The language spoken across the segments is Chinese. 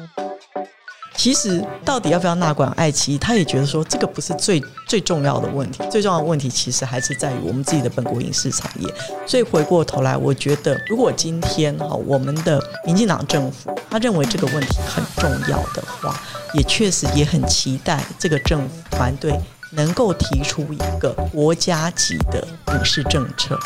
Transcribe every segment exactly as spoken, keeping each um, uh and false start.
其实到底要不要纳管爱奇艺，他也觉得说这个不是最最重要的问题，最重要的问题其实还是在于我们自己的本国影视产业。所以回过头来，我觉得如果今天我们的民进党政府他认为这个问题很重要的话，也确实也很期待这个政府团队能够提出一个国家级的影视政策。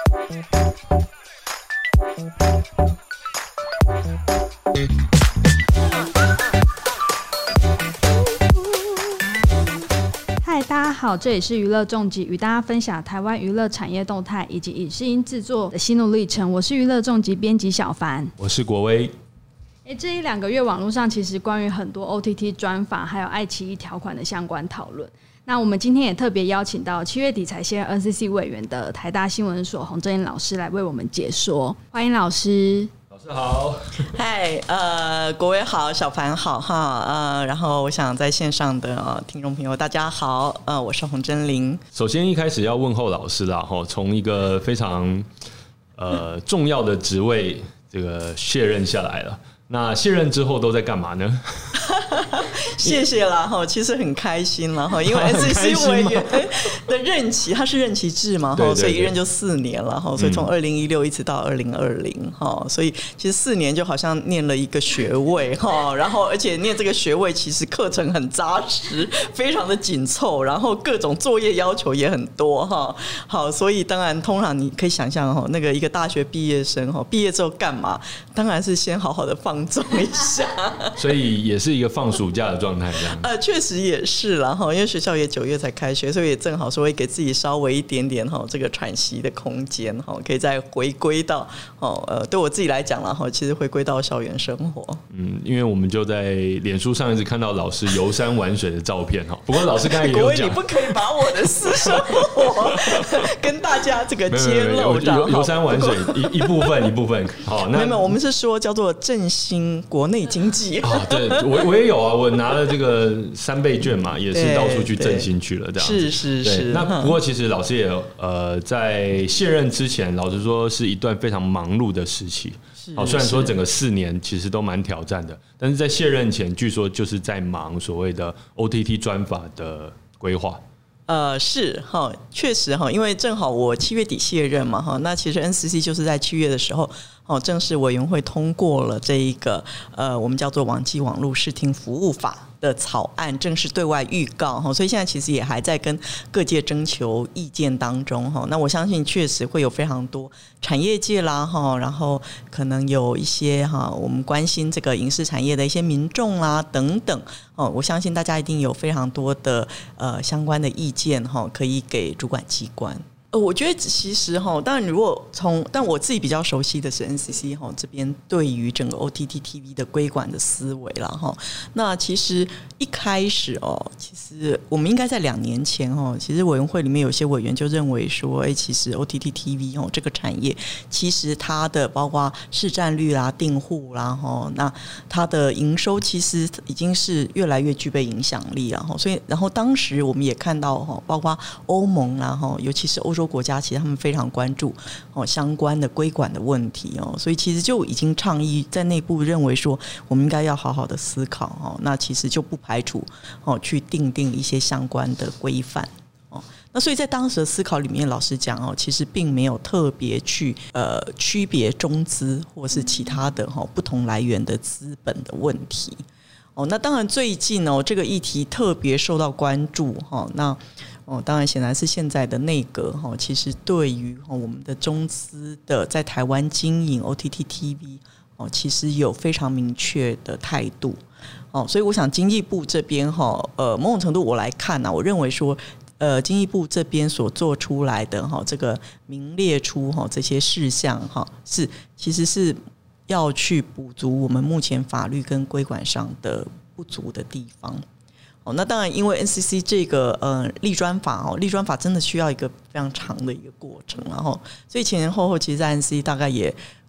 嗨，大家好，这里是娱乐重击，与大家分享台湾娱乐产业动态以及影视音制作的心路历程。我是娱乐重击编辑小凡， 我是国威。 欸、这一两个月网络上其实关于很多 O T T 专法还有爱奇艺条款的相关讨论。那我们今天也特别邀请到七月底才卸任 N C C 委员的台大新闻所洪真英老师来为我们解说。欢迎老师。 老师好。 嗨，呃，国威好，小凡好哈，呃，然后我想在线上的、呃、听众朋友大家好，呃，我是洪真玲。 首先一开始要问候老师啦，从一个非常呃重要的职位这个卸任下来了。那卸任之后都在干嘛呢？ 谢谢啦，其实很开心啦，因为 N C C 委员的任期它是任期制嘛，对对对，所以一任就四年了，所以从二零一六一直到二零二零，所以其实四年就好像念了一个学位，然后而且念这个学位其实课程很扎实，非常的紧凑，然后各种作业要求也很多，好，所以当然通常你可以想象那个一个大学毕业生毕业之后干嘛？当然是先好好的放纵一下， 所以也是一个放暑假的状态这样。 呃，确实也是啦，因为学校也九月才开学，所以也正好说会给自己稍微一点点这个喘息的空间，可以再回归到呃，对我自己来讲啦，其实回归到校园生活。嗯， 因为我们就在脸书上一直看到老师游山玩水的照片，不过老师刚才也有讲， 你不可以把我的私生活跟大家这个揭露。 游游山玩水一一部分一部分，好，那没有，我们是说叫做振兴国内经济啊。对，我我也有啊，我拿了这个三倍券嘛，也是到处去振兴去了，这样子。 是是是。 那不过其实老师也呃在卸任之前，老实说是一段非常忙碌的时期。好，虽然说整个四年其实都蛮挑战的，但是在卸任前，据说就是在忙所谓的 O T T 专法的规划。 呃，是哈，确实哈，因为正好我七月底卸任嘛哈，那其实 N C C 就是在七月的时候，哦，正式委员会通过了这一个呃，我们叫做网际网络视听服务法的草案，正式对外预告哈，所以现在其实也还在跟各界征求意见当中哈。那我相信确实会有非常多产业界啦哈，然后可能有一些哈，我们关心这个影视产业的一些民众啦等等哦，我相信大家一定有非常多的呃相关的意见哈，可以给主管机关。我觉得其实哈，当然如果从，但我自己比较熟悉的是 N C C 哈这边对于整个 O T T T V 的规管的思维啦哈。那其实一开始哦，其实我们应该在两年前哦，其实委员会里面有些委员就认为说，哎，其实 O T T T V 哦这个产业，其实它的包括市占率啦、订户啦哈，那它的营收其实已经是越来越具备影响力了哈。所以，然后当时我们也看到哈，包括欧盟啦哈，尤其是欧洲国家其实他们非常关注、哦、相关的规管的问题、哦、所以其实就已经倡议在内部认为说我们应该要好好的思考、哦、那其实就不排除、哦、去订定一些相关的规范、哦、那所以在当时的思考里面，老实讲、哦、其实并没有特别去呃区别中资或是其他的、哦、不同来源的资本的问题。哦，那当然最近哦，这个议题特别受到关注哈、哦。那哦，当然显然是现在的内阁哈、哦，其实对于、哦、我们的中资的在台湾经营 O T T T V 哦，其实有非常明确的态度哦。所以我想经济部这边哈，呃，某种程度我来看呢、啊，我认为说，呃，经济部这边所做出来的哈、哦，这个名列出哈、哦、这些事项哈、哦，是其实是。要去补足我们目前法律跟规管上的不足的地方。哦，那当然，因为 N C C 这个呃立专法哦，立专法真的需要一个非常长的一个过程，然后所以前前后后，其实在 N C C 大概也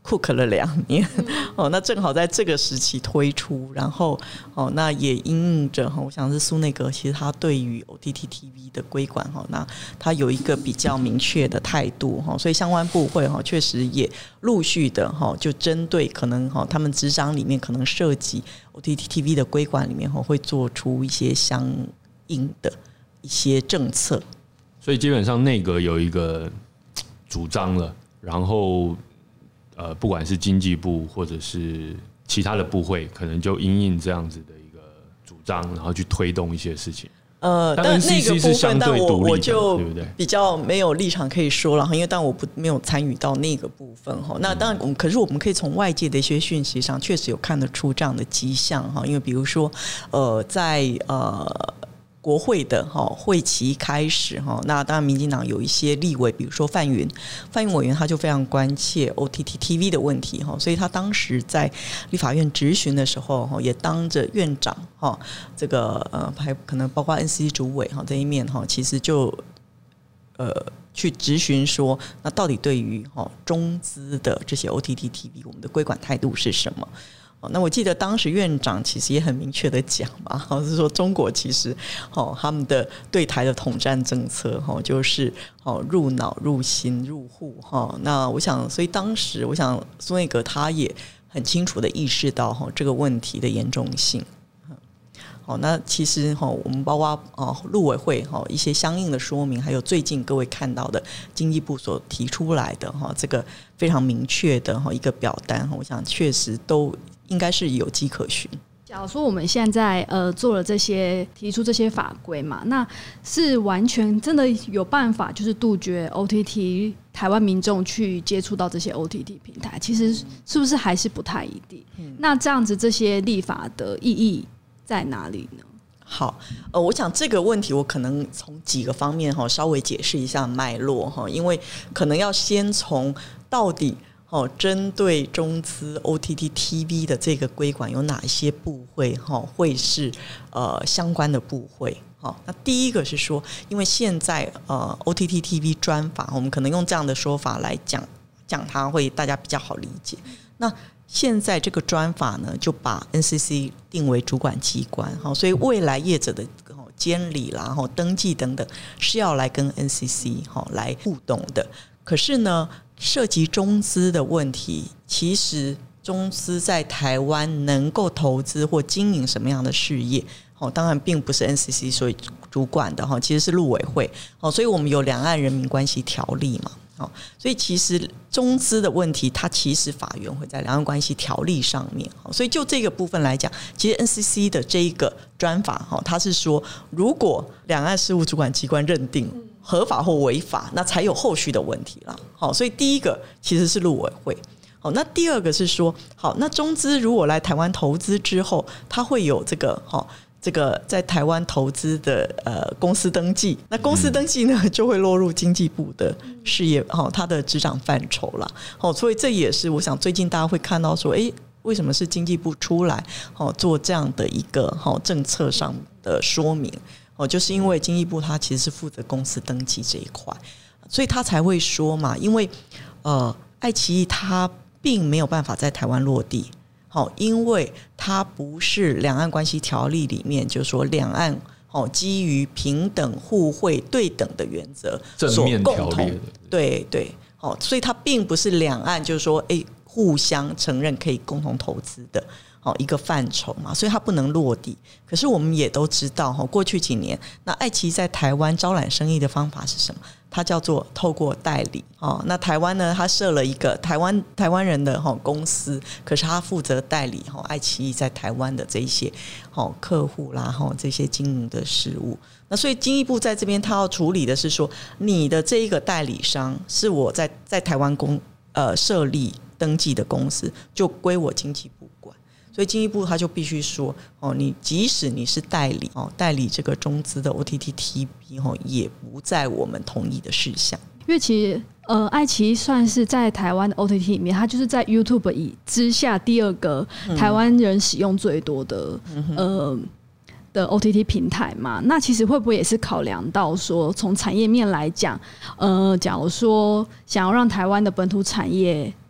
cook 了两年、嗯、哦，那正好在这个时期推出，然后哦，那也因应着我想是苏内阁其实他对于 O T T T V 的规管哈，那他有一个比较明确的态度哈，所以相关部会哈确实也陆续的哈就针对可能哈他们执掌里面可能涉及 O T T T V 的规管里面哈会做出一些相应的一些政策， 所以基本上内阁有一个主张了，然后呃，不管是经济部或者是其他的部会，可能就因应这样子的一个主张，然后去推动一些事情。 呃，但那个部分，但我我就比较没有立场可以说了，因为但我不没有参与到那个部分哈。那当然，我们可是我们可以从外界的一些讯息上，确实有看得出这样的迹象哈。因为比如说，呃，在呃。国会的会期开始，那当然民进党有一些立委，比如说范云范云委员，他就非常关切 O T T T V 的问题，所以他当时在立法院质询的时候也当着院长这个呃还可能包括 N C C 主委这一面，其实就呃去质询说，那到底对于中资的这些 O T T T V 我们的规管态度是什么？那我记得当时院长其实也很明确的讲嘛，是说中国其实他们的对台的统战政策就是入脑入心入户。那我想所以当时我想苏内阁他也很清楚的意识到这个问题的严重性。那其实我们包括陆委会一些相应的说明，还有最近各位看到的经济部所提出来的这个非常明确的一个表单，我想确实都应该是有迹可循。 假如说我们现在呃做了这些提出这些法规嘛，那是完全真的有办法就是杜绝 O T T 台湾民众去接触到这些 O T T 平台，其实是不是还是不太一定、嗯、那这样子这些立法的意义在哪里呢？ 好，呃，我想这个问题我可能从几个方面稍微解释一下脉络，因为可能要先从到底针对中资 O T T T V 的这个规管有哪一些部会会是呃相关的部会。那第一个是说，因为现在呃 O T T T V 专法，我们可能用这样的说法来讲讲它会大家比较好理解。那现在这个专法呢，就把 N C C 定为主管机关，所以未来业者的监理啦、登记等等是要来跟 N C C 来互动的。可是呢，涉及中资的问题，其实中资在台湾能够投资或经营什么样的事业，当然并不是 N C C 所主管的，其实是陆委会，所以我们有两岸人民关系条例嘛。所以其实中资的问题它其实法院会在两岸关系条例上面，所以就这个部分来讲，其实 N C C 的这一个专法它是说，如果两岸事务主管机关认定合法或违法，那才有后续的问题啦。好，所以第一个其实是陆委会。好，那第二个是说，好，那中资如果来台湾投资之后，它会有这个好。这个在台湾投资的呃公司登记，那公司登记呢就会落入经济部的事业，哦，它的执掌范畴啦。哦，所以这也是我想最近大家会看到说，哎，为什么是经济部出来哦做这样的一个哦政策上的说明？哦，就是因为经济部它其实是负责公司登记这一块，所以他才会说嘛，因为呃爱奇艺它并没有办法在台湾落地。因为它不是两岸关系条例里面就是说两岸基于平等互惠对等的原则所共同，对对，所以它并不是两岸就是说哎互相承认可以共同投资的一个范畴嘛，所以它不能落地。可是我们也都知道过去几年那爱奇艺在台湾招揽生意的方法是什么？它叫做透过代理。那台湾呢，它设了一个台湾台湾人的公司，可是它负责代理爱奇艺在台湾的这些客户啦，这些经营的事务。那所以经济部在这边他要处理的是说，你的这一个代理商是我在在台湾公呃设立登记的公司，就归我经济部管。所以经济部他就必须说，哦，你即使你是代理，哦，代理这个中资的 O T T T V，哦，也不在我们同意的事项。 因为其实呃，爱奇艺算是在台湾的 O T T 里面，它就是在 YouTube 以之下第二个台湾人使用最多的、嗯、呃的 O T T 平台嘛。那其实会不会也是考量到说，从产业面来讲，呃，假如说想要让台湾的本土产业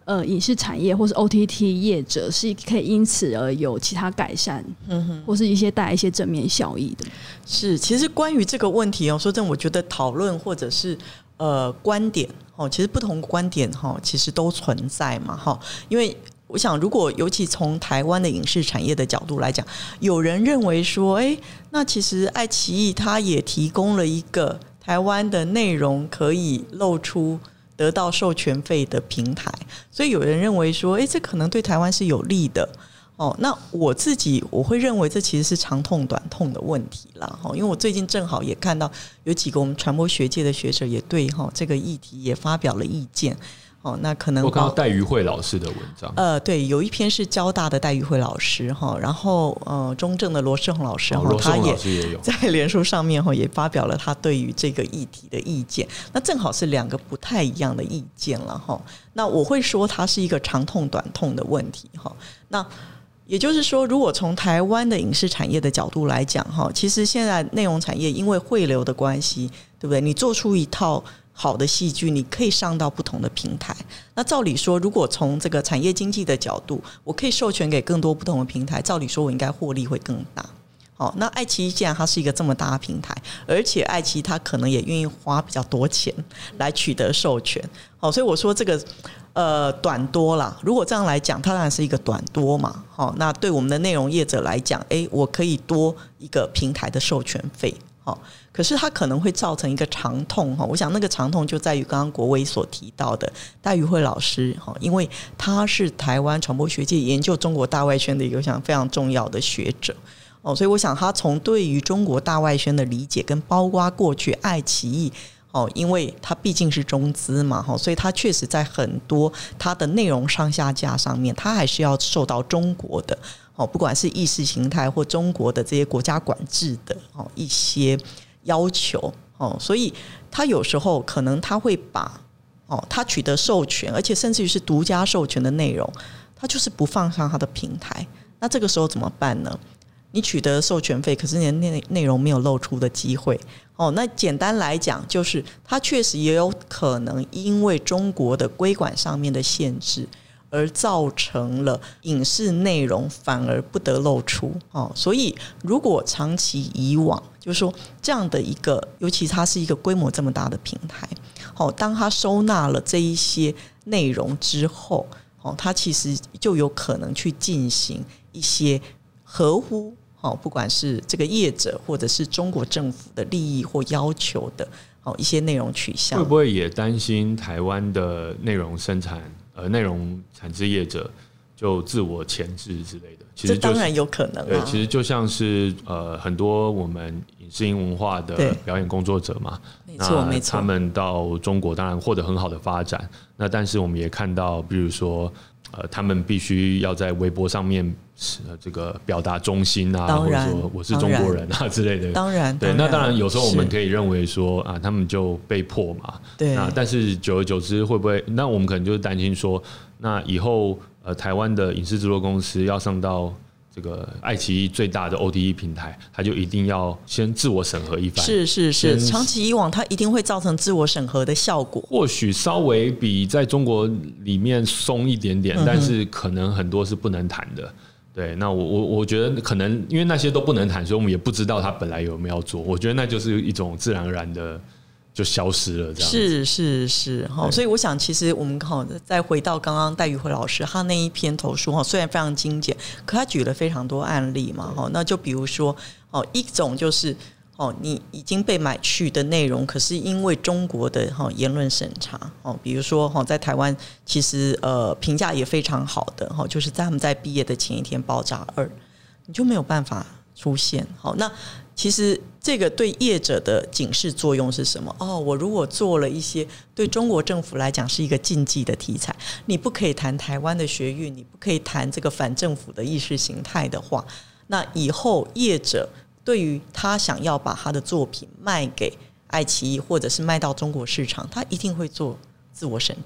呃影视产业或是 O T T 业者是可以因此而有其他改善，嗯哼，或是一些带来一些正面效益的？ 是，其实关于这个问题哦，说真的，我觉得讨论或者是呃观点哦，其实不同观点哈，其实都存在嘛哈，因为。我想，如果尤其从台湾的影视产业的角度来讲，有人认为说，哎，那其实爱奇艺它也提供了一个台湾的内容可以露出、得到授权费的平台，所以有人认为说，哎，这可能对台湾是有利的。哦，那我自己我会认为这其实是长痛短痛的问题啦，因为我最近正好也看到有几个我们传播学界的学者也对这个议题也发表了意见。哦，那可能我看到戴瑜慧老师的文章， 呃，对，有一篇是交大的戴瑜慧老师哈，然后呃，中正的罗世宏老师哈、 哦， 他也也在脸书上面哈也发表了他对于这个议题的意见，那正好是两个不太一样的意见了哈。那我会说它是一个长痛短痛的问题哈。那也就是说，如果从台湾的影视产业的角度来讲哈，其实现在内容产业因为汇流的关系，对不对？你做出一套好的戏剧，你可以上到不同的平台。那照理说，如果从这个产业经济的角度，我可以授权给更多不同的平台，照理说我应该获利会更大。好，那爱奇艺既然它是一个这么大的平台，而且爱奇艺它可能也愿意花比较多钱来取得授权。好，所以我说这个呃短多啦，如果这样来讲，它当然是一个短多嘛。好，那对我们的内容业者来讲，诶，我可以多一个平台的授权费。好，可是它可能会造成一个长痛，我想那个长痛就在于刚刚国威所提到的戴瑜慧老师，因为他是台湾传播学界研究中国大外宣的一个非常重要的学者，所以我想他从对于中国大外宣的理解跟包括过去爱奇艺，因为他毕竟是中资嘛，所以他确实在很多他的内容上下架上面，他还是要受到中国的不管是意识形态或中国的这些国家管制的一些要求，所以他有时候可能他会把他取得授权，而且甚至于是独家授权的内容，他就是不放上他的平台。那这个时候怎么办呢？你取得授权费，可是你的内容没有露出的机会。哦，那简单来讲，就是它确实也有可能因为中国的规管上面的限制，而造成了影视内容反而不得露出。哦，所以如果长期以往，就是说这样的一个，尤其它是一个规模这么大的平台，哦，当它收纳了这一些内容之后，哦，它其实就有可能去进行一些合乎不管是这个业者或者是中国政府的利益或要求的一些内容取向。 会不会也担心台湾的内容生产呃内容产制业者就自我钳制之类的？其实、就是、 这当然有可能、啊、 对，其实就像是呃很多我们影视音文化的表演工作者嘛， 没错没错， 他们到中国当然获得很好的发展，那但是我们也看到比如说呃，他们必须要在微博上面、呃、这个表达忠心啊，或者说我是中国人啊之类的。 当然， 对，那当然有时候我们可以认为说啊，他们就被迫嘛。 对。 那但是久而久之会不会？那我们可能就是担心说，那以后呃，台湾的影视制作公司要上到这个爱奇艺最大的 O T T 平台，它就一定要先自我审核一番。 是是是，长期以往它一定会造成自我审核的效果。 或许稍微比在中国里面松一点点，嗯、但是可能很多是不能谈的。对，那我我我觉得可能因为那些都不能谈，所以我们也不知道他本来有没有要做。我觉得那就是一种自然而然的就消失了，这样子。 是是是，所以我想，其实我们再回到刚刚戴瑜慧老师他那一篇投书，虽然非常精简，可他举了非常多案例嘛。那就比如说，一种就是你已经被买去的内容，可是因为中国的言论审查，比如说在台湾其实呃评价也非常好的，就是在他们在毕业的前一天，爆炸二，你就没有办法出现。好，那其实这个对业者的警示作用是什么？哦，我如果做了一些对中国政府来讲是一个禁忌的题材，你不可以谈台湾的学运，你不可以谈这个反政府的意识形态的话，那以后业者对于他想要把他的作品卖给爱奇艺或者是卖到中国市场，他一定会做自我审查。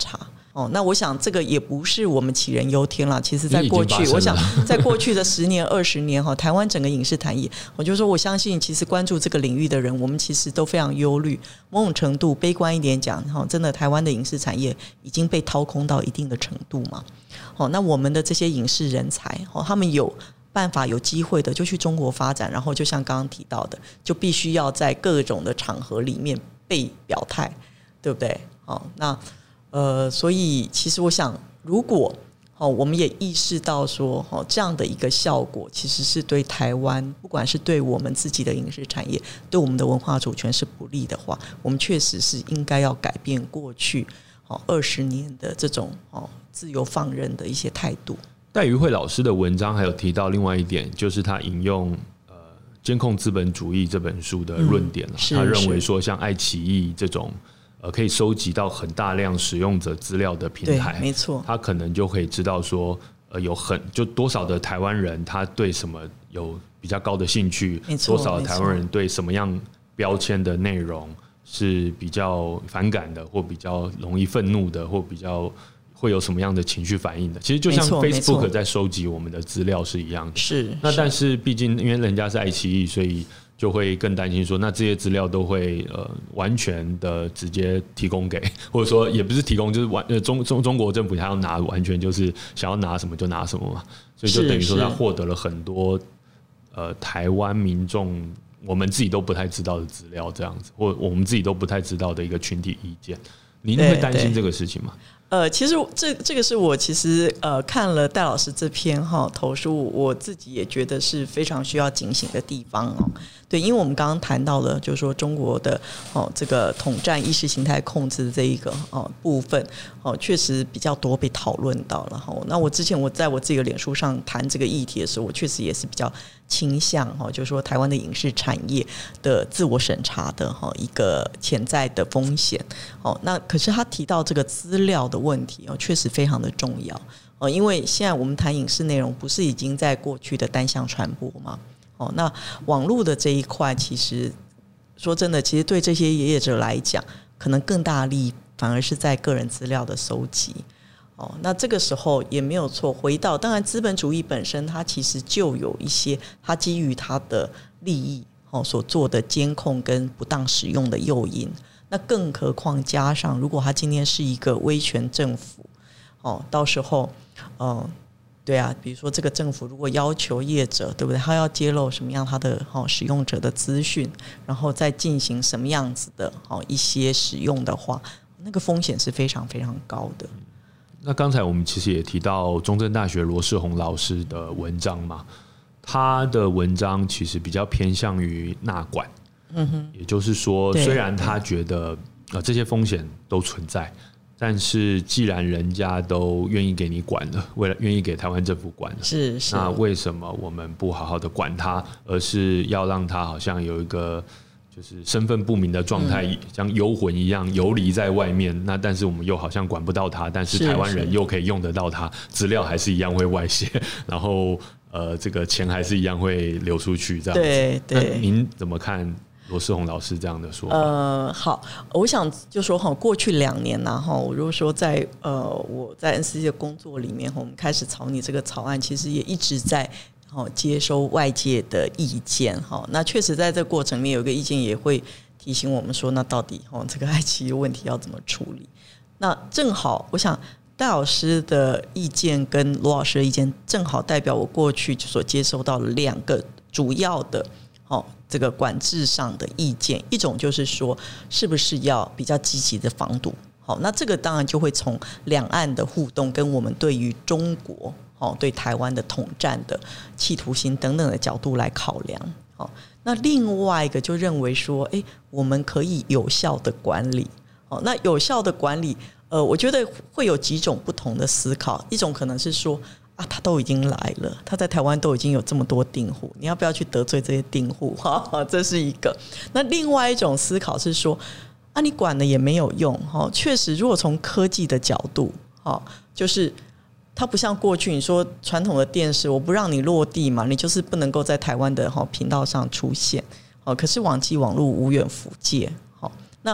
哦，那我想这个也不是我们杞人忧天啦。其实，在过去，我想在过去的十年、二十年哈，台湾整个影视产业，我就说我相信，其实关注这个领域的人，我们其实都非常忧虑。某种程度，悲观一点讲，哈，真的台湾的影视产业已经被掏空到一定的程度嘛。哦，那我们的这些影视人才，哦，他们有办法、有机会的，就去中国发展，然后就像刚刚提到的，就必须要在各种的场合里面被表态，对不对？哦，那。呃，所以其实我想，如果哦，我们也意识到说，哦，这样的一个效果，其实是对台湾，不管是对我们自己的影视产业，对我们的文化主权是不利的话，我们确实是应该要改变过去哦二十年的这种哦自由放任的一些态度。 戴于慧老师的文章还有提到另外一点，就是他引用呃《监控资本主义》这本书的论点，嗯，他认为说像爱奇艺这种。呃，可以收集到很大量使用者资料的平台， 没错， 他可能就可以知道说，呃，有很就多少的台湾人他对什么有比较高的兴趣，多少的台湾人对什么样标签的内容是比较反感的，或比较容易愤怒的，或比较会有什么样的情绪反应的。其实就像 Facebook 在收集我们的资料是一样的。 是， 那但是毕竟因为人家是爱奇艺，所以。就会更担心说，那这些资料都会呃完全的直接提供给，或者说也不是提供，就是完呃中中中国政府还要拿，完全就是想要拿什么就拿什么嘛，所以就等于说他获得了很多呃台湾民众我们自己都不太知道的资料，这样子，或我们自己都不太知道的一个群体意见，您会担心这个事情吗？ 呃，其实这这个是我其实呃看了戴老师这篇哈投书，我自己也觉得是非常需要警醒的地方哦。对，因为我们刚刚谈到了，就是说中国的哦这个统战意识形态控制的这一个哦部分哦，确实比较多被讨论到了哈。那我之前我在我自己的脸书上谈这个议题的时候，我确实也是比较倾向哈，就是说台湾的影视产业的自我审查的哈一个潜在的风险哦。那可是他提到这个资料的问题哦，确实非常的重要哦，因为现在我们谈影视内容，不是已经在过去的单向传播吗？哦，那网络的这一块，其实说真的，其实对这些业者来讲，可能更大的利益反而是在个人资料的收集。哦，那这个时候也没有错。回到当然，资本主义本身，它其实就有一些它基于它的利益哦所做的监控跟不当使用的诱因。那更何况加上，如果它今天是一个威权政府，哦，到时候，呃。对啊，比如说这个政府如果要求业者，对不对？他要揭露什么样他的哦使用者的资讯，然后再进行什么样子的哦一些使用的话，那个风险是非常非常高的。 那刚才我们其实也提到中正大学罗世宏老师的文章嘛，他的文章其实比较偏向于纳管，嗯哼，也就是说，虽然他觉得呃这些风险都存在。但是既然人家都愿意给你管了，为了愿意给台湾政府管了， 是是， 那为什么我们不好好的管他，而是要让他好像有一个就是身份不明的状态，嗯，像幽魂一样游离在外面？那但是我们又好像管不到他，但是台湾人又可以用得到他，资料还是一样会外泄，然后呃，这个钱还是一样会流出去，这样子。 对对， 那您怎么看？罗世宏老师这样的说法， 呃，好，我想就说哈，过去两年呢，哈，我如果说在呃我在 N C C 的工作里面，我们开始草拟这个草案，其实也一直在哦接收外界的意见哈。那确实在这个过程里面有一个意见也会提醒我们说，那到底哦这个爱奇艺问题要怎么处理？那正好，我想戴老师的意见跟罗老师的意见，正好代表我过去所接收到的两个主要的哦。这个管制上的意见，一种就是说，是不是要比较积极的防堵？好，那这个当然就会从两岸的互动，跟我们对于中国、哦对台湾的统战的企图心等等的角度来考量。好，那另外一个就认为说，哎，我们可以有效的管理。好，那有效的管理，呃，我觉得会有几种不同的思考，一种可能是说。啊，他都已经来了，他在台湾都已经有这么多订户，你要不要去得罪这些订户？哈，这是一个。那另外一种思考是说，啊，你管了也没有用。哈，确实，如果从科技的角度，哈，就是它不像过去你说传统的电视，我不让你落地嘛，你就是不能够在台湾的哈频道上出现。哦，可是网际网络无远弗届。好，那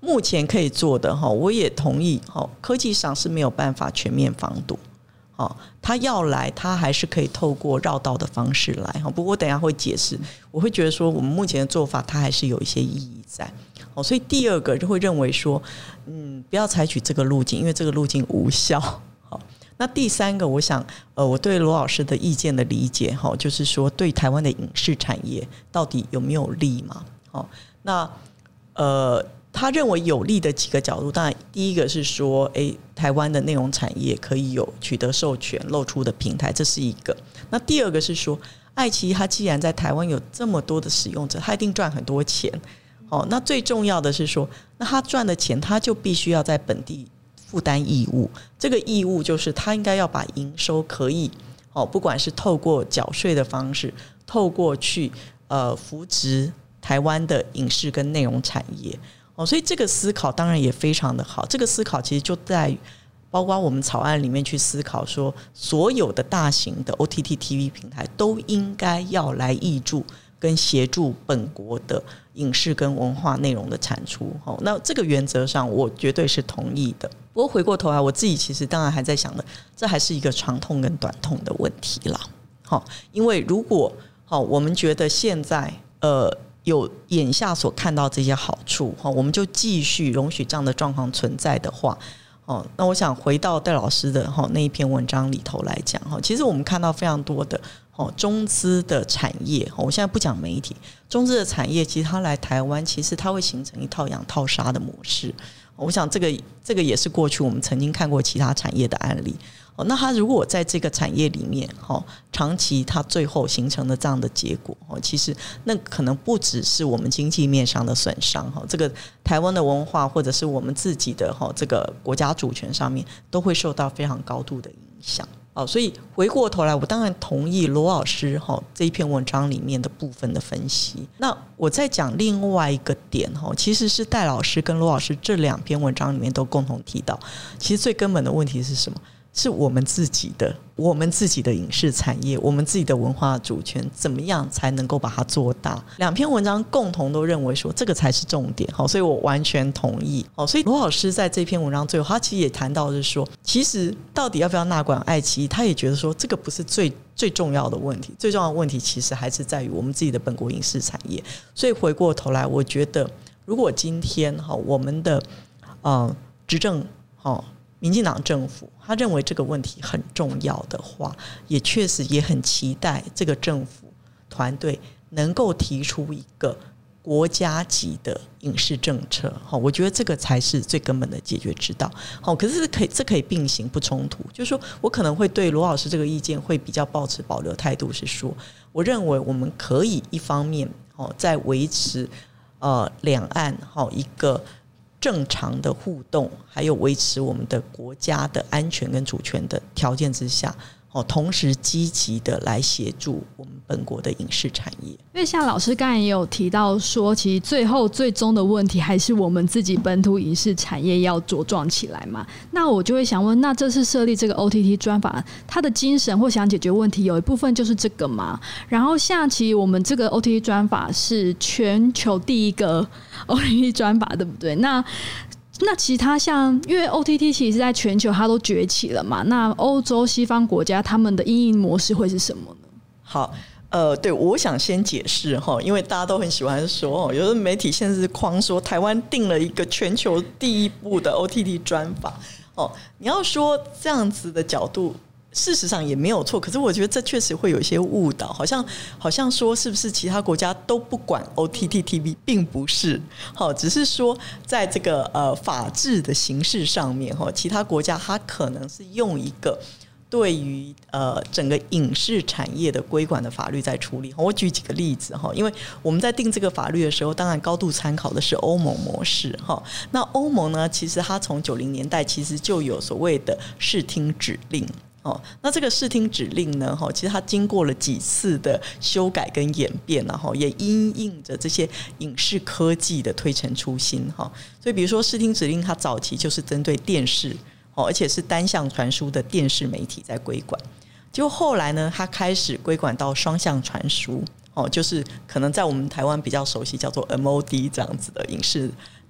目前可以做的哈，我也同意哈，科技上是没有办法全面防堵。哦，他要来，他还是可以透过绕道的方式来。不过我等一下会解释，我会觉得说我们目前的做法，它还是有一些意义在。哦，所以第二个就会认为说，嗯，不要采取这个路径，因为这个路径无效。好，那第三个，我想，呃，我对罗老师的意见的理解，哈，就是说对台湾的影视产业到底有没有利嘛？好，那呃。他认为有利的几个角度，当然第一个是说，诶，台湾的内容产业可以有取得授权露出的平台，这是一个。那第二个是说，爱奇艺它既然在台湾有这么多的使用者，它一定赚很多钱。哦，那最重要的是说，那他赚的钱，他就必须要在本地负担义务。这个义务就是他应该要把营收可以，哦，不管是透过缴税的方式，透过去呃扶植台湾的影视跟内容产业。哦，所以这个思考当然也非常的好。这个思考其实就在于，包括我们草案里面去思考说，所有的大型的 O T T T V 平台都应该要来挹注跟协助本国的影视跟文化内容的产出。哦，那这个原则上我绝对是同意的。不过回过头来，我自己其实当然还在想的，这还是一个长痛跟短痛的问题啦。好，因为如果好，我们觉得现在呃。有眼下所看到这些好处，我们就继续容许这样的状况存在的话，那我想回到戴老师的那一篇文章里头来讲，其实我们看到非常多的中资的产业，我现在不讲媒体，中资的产业其实它来台湾，其实它会形成一套养套杀的模式。我想这个这个也是过去我们曾经看过其他产业的案例。哦，那他如果在这个产业里面，哦，长期他最后形成的这样的结果，哦，其实那可能不只是我们经济面上的损伤，哈，这个台湾的文化或者是我们自己的哈这个国家主权上面都会受到非常高度的影响。哦，所以回过头来，我当然同意罗老师哈这一篇文章里面的部分的分析。那我再讲另外一个点哈，其实是戴老师跟罗老师这两篇文章里面都共同提到，其实最根本的问题是什么？是我们自己的我们自己的影视产业，我们自己的文化主权怎么样才能够把它做大。两篇文章共同都认为说这个才是重点，所以我完全同意。所以罗老师在这篇文章最后他其实也谈到的是说，其实到底要不要纳管爱奇艺，他也觉得说这个不是最最重要的问题，最重要的问题其实还是在于我们自己的本国影视产业。所以回过头来，我觉得如果今天我们的呃执政民进党政府他认为这个问题很重要的话，也确实也很期待这个政府团队能够提出一个国家级的影视政策。我觉得这个才是最根本的解决之道。可是可以这可以并行不冲突，就是说我可能会对罗老师这个意见会比较抱持保留态度，是说我认为我们可以一方面在维持呃两岸一个正常的互动，还有维持我们的国家的安全跟主权的条件之下，同时积极的来协助我们本国的影视产业。 因为像老师刚才也有提到说，其实最后最终的问题还是我们自己本土影视产业要茁壮起来嘛。那我就会想问，那这次设立这个 O T T 专法，它的精神或想解决问题有一部分就是这个嘛。然后像其实我们这个 O T T 专法是全球第一个 O T T 专法，对不对？那那其他像因为 O T T 其实在全球它都崛起了嘛，那欧洲西方国家他们的因应模式会是什么呢？ 好，呃，对，我想先解释哈，因为大家都很喜欢说，有的媒体现在是狂说台湾定了一个全球第一部的 O T T 专法哦，你要说这样子的角度，事实上也没有错，可是我觉得这确实会有一些误导，好像好像说是不是其他国家都不管 O T T T V， 并不是，好，只是说在这个呃法治的形式上面，其他国家它可能是用一个对于呃整个影视产业的规管的法律在处理。我举几个例子，因为我们在定这个法律的时候，当然高度参考的是欧盟模式。那欧盟呢，其实它从九零年代其实就有所谓的视听指令。哦，那这个视听指令呢，其实它经过了几次的修改跟演变，然后也因应着这些影视科技的推陈出新。所以比如说视听指令它早期就是针对电视，而且是单向传输的电视媒体在规管，结果后来呢它开始规管到双向传输，就是可能在我们台湾比较熟悉叫做 M O D 这样子的影视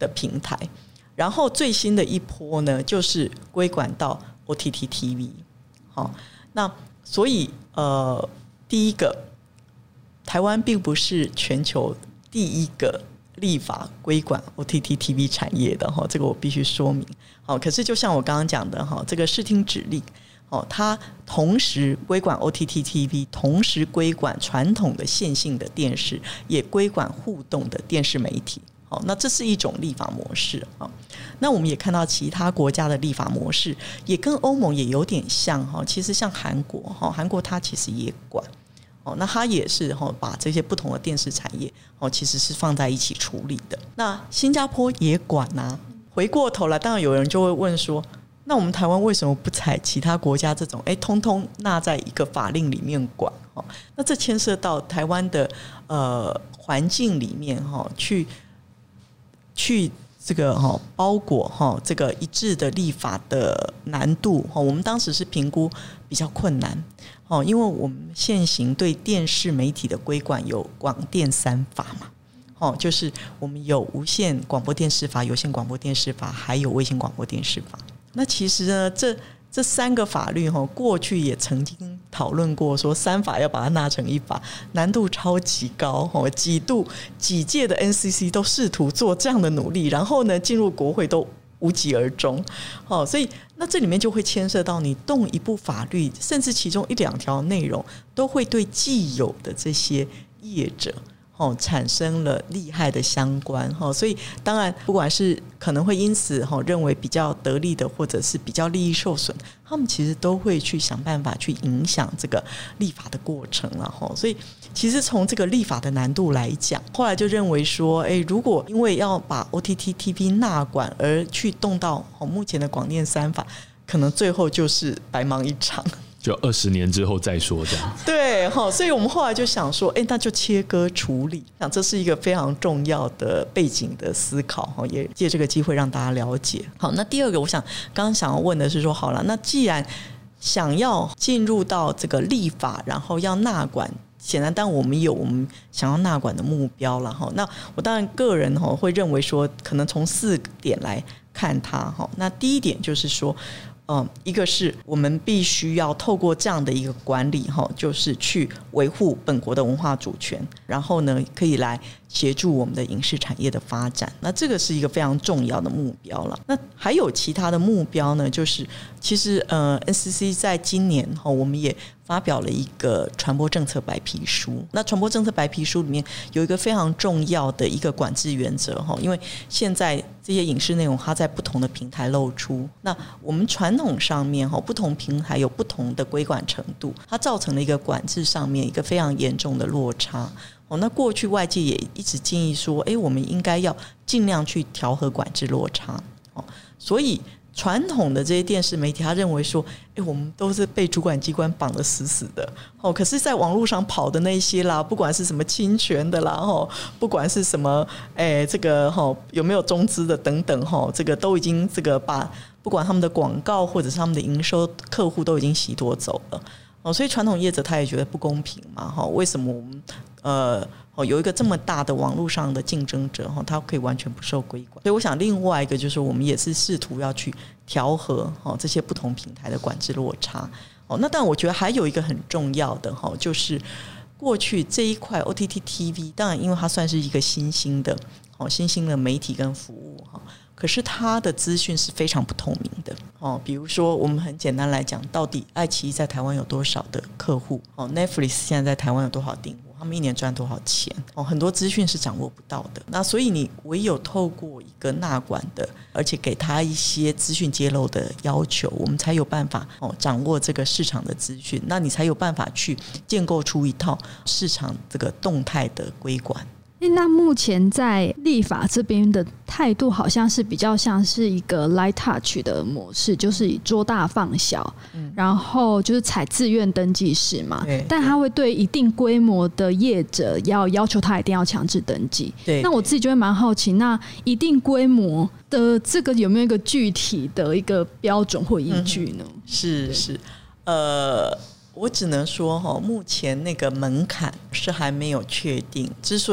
的平台，然后最新的一波呢，就是归管到 O T T T V。好，那所以呃，第一个，台湾并不是全球第一个立法归管 O T T T V 产业的哈，这个我必须说明。好，可是就像我刚刚讲的哈，这个视听指令。哦，它同时归管 O T T T V， 同时归管传统的线性的电视，也归管互动的电视媒体。哦，那这是一种立法模式啊。那我们也看到其他国家的立法模式，也跟欧盟也有点像哈。其实像韩国哈，韩国它其实也管。哦，那它也是哈，把这些不同的电视产业哦，其实是放在一起处理的。那新加坡也管啊。回过头来，当然有人就会问说，那我们台湾为什么不采其他国家这种哎，通通纳在一个法令里面管？哦，那这牵涉到台湾的呃环境里面哈，去去这个哈包裹哈这个一致的立法的难度哈，我们当时是评估比较困难哦，因为我们现行对电视媒体的规管有广电三法嘛。哦，就是我们有无线广播电视法、有线广播电视法，还有卫星广播电视法。那其实呢，这这三个法律哈，过去也曾经讨论过，说三法要把它纳成一法，难度超级高哦，几度几届的 N C C 都试图做这样的努力，然后呢，进入国会都无疾而终。哦，所以那这里面就会牵涉到你动一部法律，甚至其中一两条内容，都会对既有的这些业者。哦，产生了利害的相关，哦，所以当然不管是可能会因此，哦，认为比较得利的，或者是比较利益受损，他们其实都会去想办法去影响这个立法的过程了，哦，所以其实从这个立法的难度来讲，后来就认为说，哎，如果因为要把 O T T T V 纳管而去动到，哦，目前的广电三法，可能最后就是白忙一场。 就二十年之后再说这样。 对，所以我们后来就想说，哎，那就切割处理，想这是一个非常重要的背景的思考，也借这个机会让大家了解。好，那第二个我想刚刚想要问的是说，好了，那既然想要进入到这个立法，然后要纳管，显然当我们有我们想要纳管的目标了。那我当然个人会认为说，可能从四点来看它。那第一点就是说，嗯，一个是我们必须要透过这样的一个管理，就是去维护本国的文化主权，然后呢可以来协助我们的影视产业的发展，那这个是一个非常重要的目标了。那还有其他的目标呢，就是其实呃 N C C 在今年我们也发表了一个传播政策白皮书。那传播政策白皮书里面有一个非常重要的一个管制原则，因为现在这些影视内容它在不同的平台露出，那我们传统上面不同平台有不同的规管程度，它造成了一个管制上面一个非常严重的落差。哦，那过去外界也一直建议说，哎，我们应该要尽量去调和管制落差。哦，所以传统的这些电视媒体，他认为说，哎，我们都是被主管机关绑得死死的。哦，可是在网络上跑的那些啦，不管是什么侵权的啦，哦，不管是什么，哎，这个哦有没有中资的等等，哦，这个都已经这个把不管他们的广告或者是他们的营收客户都已经洗夺走了。哦，所以传统业者他也觉得不公平嘛，哦，为什么我们呃哦有一个这么大的网络上的竞争者，哦，他可以完全不受规管？所以我想另外一个就是我们也是试图要去调和哦这些不同平台的管制落差。哦，那但我觉得还有一个很重要的哈，就是过去这一块 O T T T V， 当然因为它算是一个新兴的哦新兴的媒体跟服务哈。可是它的资讯是非常不透明的哦，比如说我们很简单来讲，到底爱奇艺在台湾有多少的客户哦 ，Netflix 现在在台湾有多少订户，他们一年赚多少钱哦，很多资讯是掌握不到的。那所以你唯有透过一个纳管的，而且给他一些资讯揭露的要求，我们才有办法哦掌握这个市场的资讯，那你才有办法去建构出一套市场这个动态的规管。 那目前在立法这边的态度好像是比较像是一个 light touch 的模式，就是以捉大放小，嗯，然后就是采自愿登记式嘛，但他会对一定规模的业者要要求他一定要强制登记。对，那我自己就会蛮好奇，那一定规模的这个有没有一个具体的一个标准或依据呢？嗯， 是是，呃。我只能说目前那个门槛是还没有确定，之所以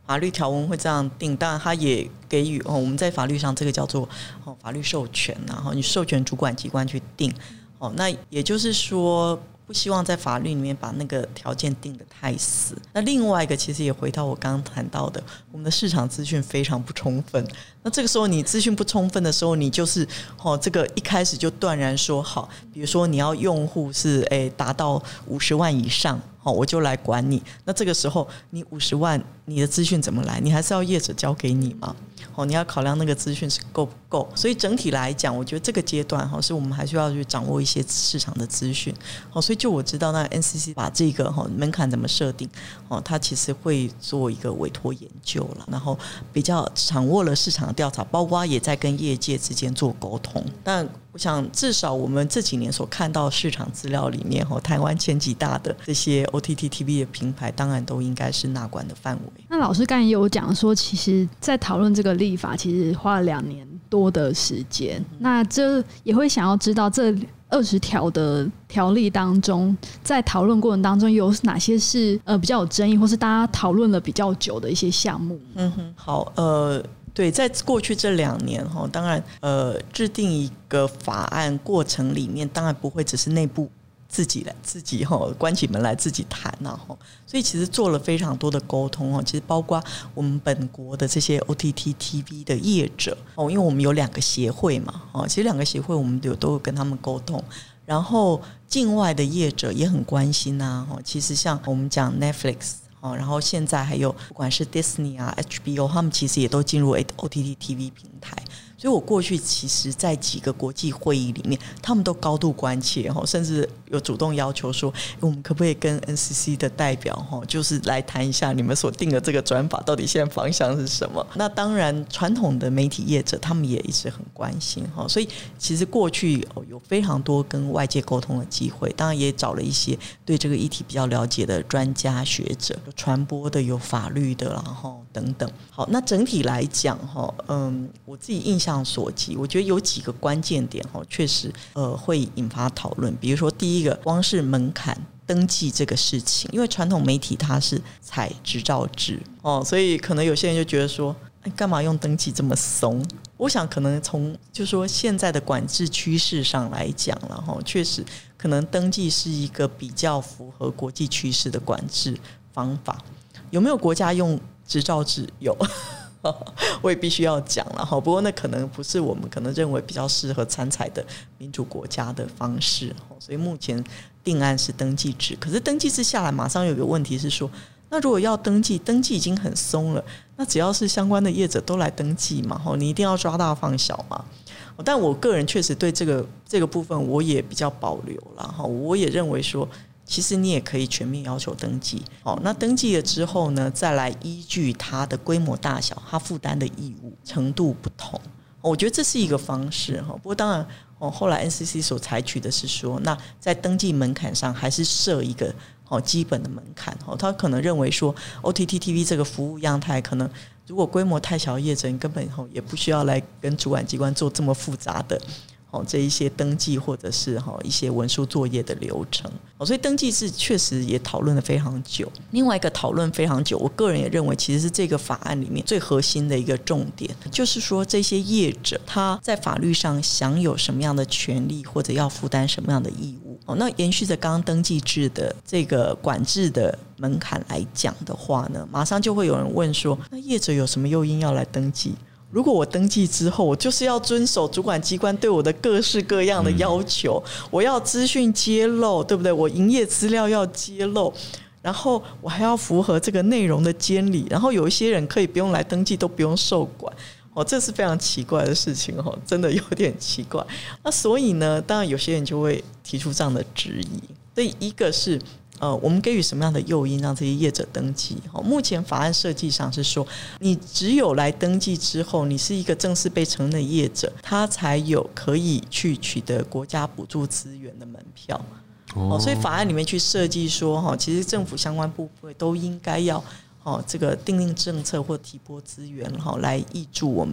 法律条文会这样定，当然它也给予、哦、我们在法律上这个叫做、哦、法律授权，然后你授权主管机关去定、哦、那也就是说不希望在法律里面把那个条件定得太死。那另外一个其实也回到我刚刚谈到的，我们的市场资讯非常不充分。那这个时候你资讯不充分的时候，你就是、哦、这个一开始就断然说好，比如说你要用户是诶达到五十万以上，哦，我就来管你。那这个时候你五十万，你的资讯怎么来？你还是要业者交给你嘛。哦，你要考量那个资讯是够不够。所以整体来讲，我觉得这个阶段哈，是我们还需要去掌握一些市场的资讯。哦，所以就我知道，那 N C C 把这个哈门槛怎么设定，哦，它其实会做一个委托研究了，然后比较掌握了市场的调查，包括也在跟业界之间做沟通。但我想至少我们这几年所看到市场资料里面，台湾前几大的这些 O T T T V 的平台当然都应该是纳管的范围。 那老师刚才也有讲说，其实在讨论这个立法其实花了两年多的时间、嗯、那这也会想要知道这二十条的条例当中，在讨论过程当中有哪些是呃比较有争议，或是大家讨论了比较久的一些项目。 嗯哼，好，呃对，在过去这两年当然呃制定一个法案过程里面，当然不会只是内部自己来自己关起门来自己谈啊，所以其实做了非常多的沟通，其实包括我们本国的这些 O T T T V 的业者，因为我们有两个协会嘛，其实两个协会我们有都有跟他们沟通，然后境外的业者也很关心啊，其实像我们讲 Netflix，然后现在还有不管是 Disney 啊 H B O， 他们其实也都进入 O T T T V 平台。所以我过去其实在几个国际会议里面，他们都高度关切，甚至有主动要求说我们可不可以跟 N C C 的代表就是来谈一下你们所定的这个专法到底现在方向是什么。那当然传统的媒体业者他们也一直很关心，所以其实过去有非常多跟外界沟通的机会，当然也找了一些对这个议题比较了解的专家学者，有传播的有法律的，然后等等。好，那整体来讲嗯，我自己印象所及，我觉得有几个关键点确实呃会引发讨论。比如说第一个，光是门槛登记这个事情，因为传统媒体它是采执照制哦，所以可能有些人就觉得说干嘛用登记这么松。我想可能从就是说现在的管制趋势上来讲了，确实可能登记是一个比较符合国际趋势的管制方法。有没有国家用执照制？有我也必须要讲了，不过那可能不是我们可能认为比较适合参采的民主国家的方式，所以目前定案是登记制。可是登记制下来马上有一个问题是说，那如果要登记，登记已经很松了，那只要是相关的业者都来登记嘛，你一定要抓大放小嘛。但我个人确实对这个这个部分我也比较保留了，我也认为说其实你也可以全面要求登记，好，那登记了之后呢，再来依据它的规模大小，它负担的义务程度不同，我觉得这是一个方式。不过当然后来 N C C 所采取的是说，那在登记门槛上还是设一个基本的门槛，他可能认为说 O T T T V 这个服务样态，可能如果规模太小的业者，你根本也不需要来跟主管机关做这么复杂的这一些登记或者是一些文书作业的流程，所以登记制确实也讨论了非常久。另外一个讨论非常久，我个人也认为其实是这个法案里面最核心的一个重点，就是说这些业者他在法律上享有什么样的权利，或者要负担什么样的义务。那延续着刚刚登记制的这个管制的门槛来讲的话呢，马上就会有人问说，那业者有什么诱因要来登记？如果我登记之后，我就是要遵守主管机关对我的各式各样的要求，嗯、我要资讯揭露，对不对？我营业资料要揭露，然后我还要符合这个内容的监理，然后有一些人可以不用来登记，都不用受管。哦，这是非常奇怪的事情哦，真的有点奇怪。那所以呢，当然有些人就会提出这样的质疑。所以一个是呃，我们给予什么样的诱因让这些业者登记？目前法案设计上是说，你只有来登记之后，你是一个正式被承认的业者，他才有可以去取得国家补助资源的门票。哦，所以法案里面去设计说，其实政府相关部会都应该要这个订定政策或提拨资源来挹注我们